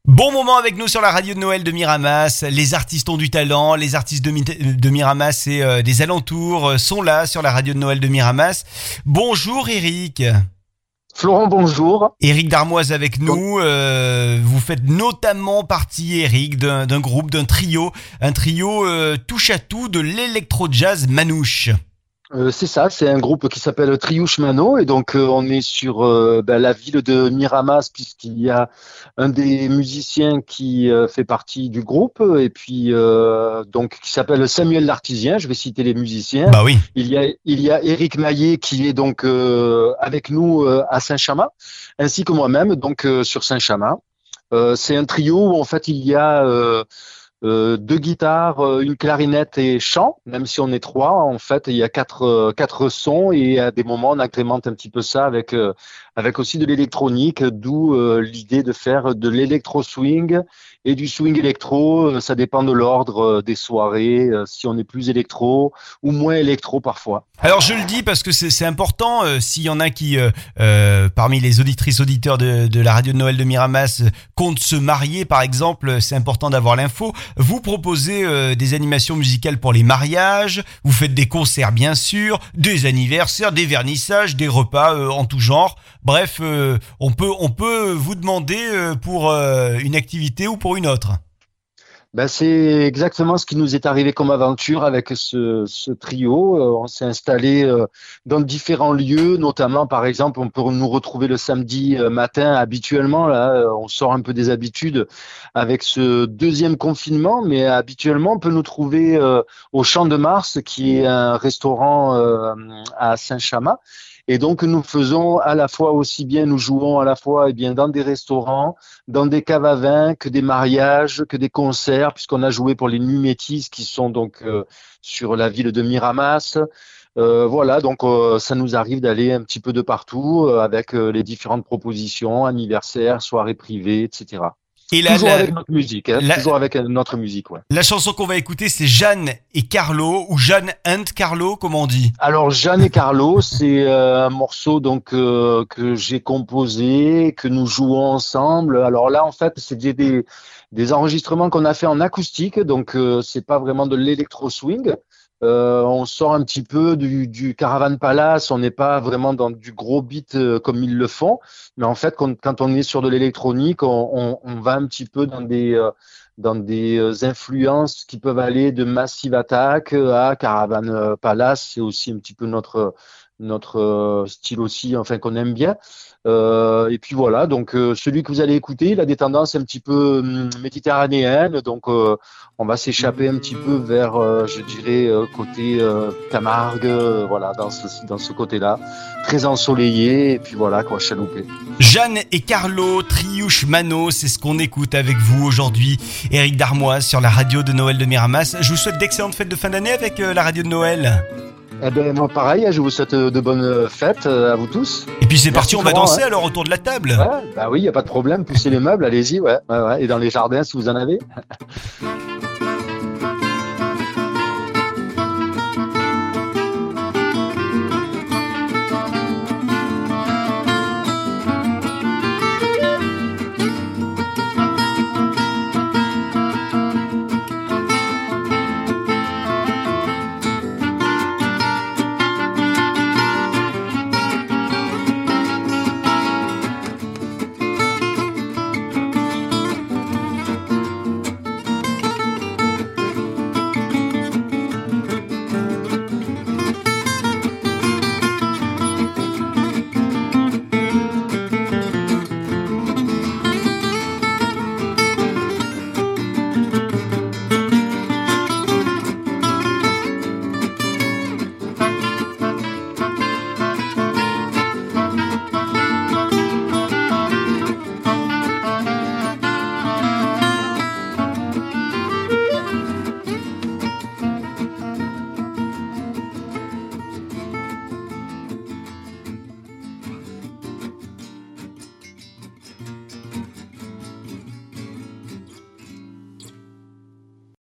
Bon moment avec nous sur la radio de Noël de Miramas. Les artistes ont du talent, les artistes de Miramas et des alentours sont là sur la radio de Noël de Miramas. Bonjour Eric. Florent, bonjour. Eric Darmoise avec nous. Vous faites notamment partie, Eric, d'un groupe, d'un trio. Un trio touche à tout de l'électro-jazz manouche. C'est ça, c'est un groupe qui s'appelle Triouche Mano et donc on est sur la ville de Miramas puisqu'il y a un des musiciens qui fait partie du groupe et puis donc qui s'appelle Samuel Lartisien, je vais citer les musiciens. Bah oui. Il y a Éric Maillet qui est donc avec nous à Saint-Chamas ainsi que moi-même donc sur Saint-Chamas. C'est un trio où en fait il y a deux guitares, une clarinette et chant, même si on est trois, en fait, il y a quatre sons et à des moments on agrémente un petit peu ça avec aussi de l'électronique, d'où l'idée de faire de l'électro-swing et du swing électro, ça dépend de l'ordre des soirées, si on est plus électro ou moins électro parfois. Alors je le dis parce que c'est important, s'il y en a qui, parmi les auditrices auditeurs de la radio de Noël de Miramas, comptent se marier par exemple, c'est important d'avoir l'info. Vous proposez des animations musicales pour les mariages, vous faites des concerts bien sûr, des anniversaires, des vernissages, des repas en tout genre. Bref, on peut vous demander pour une activité ou pour une autre. Ben, c'est exactement ce qui nous est arrivé comme aventure avec ce trio. On s'est installé dans différents lieux, notamment par exemple, on peut nous retrouver le samedi matin habituellement. Là, on sort un peu des habitudes avec ce deuxième confinement, mais habituellement, on peut nous trouver au Champ de Mars, qui est un restaurant à Saint-Chamas. Et donc, nous faisons à la fois aussi bien, nous jouons à la fois dans des restaurants, dans des caves à vin, que des mariages, que des concerts, puisqu'on a joué pour les Nuits Métis qui sont donc sur la ville de Miramas. Voilà, donc ça nous arrive d'aller un petit peu de partout avec les différentes propositions, anniversaires, soirées privées, etc. Et là, toujours avec notre musique, toujours avec notre musique, ouais. La chanson qu'on va écouter, c'est Jeanne et Carlo, ou Jeanne and Carlo, comme on dit. Alors, Jeanne et Carlo, c'est un morceau donc que j'ai composé, que nous jouons ensemble. Alors là, en fait, c'est des enregistrements qu'on a fait en acoustique, donc c'est pas vraiment de l'électro-swing. On sort un petit peu du Caravan Palace, on n'est pas vraiment dans du gros beat comme ils le font, mais en fait quand on est sur de l'électronique, on va un petit peu dans des influences qui peuvent aller de Massive Attack à Caravan Palace, c'est aussi un petit peu notre style aussi, enfin qu'on aime bien. Et puis voilà, donc celui que vous allez écouter, il a des tendances un petit peu méditerranéennes, donc on va s'échapper un petit peu vers, je dirais, côté Camargue, voilà, dans ce côté-là, très ensoleillé, et puis voilà, quoi, chaloupé. Jeanne et Carlo, Triouche Mano, c'est ce qu'on écoute avec vous aujourd'hui. Eric Darmoise sur la radio de Noël de Miramas. Je vous souhaite d'excellentes fêtes de fin d'année avec la radio de Noël. Eh ben moi pareil, je vous souhaite de bonnes fêtes à vous tous. Et puis c'est parti, on va danser ouais. alors autour de la table. Ouais, bah oui, il y a pas de problème, poussez les meubles, allez-y, ouais, et dans les jardins si vous en avez.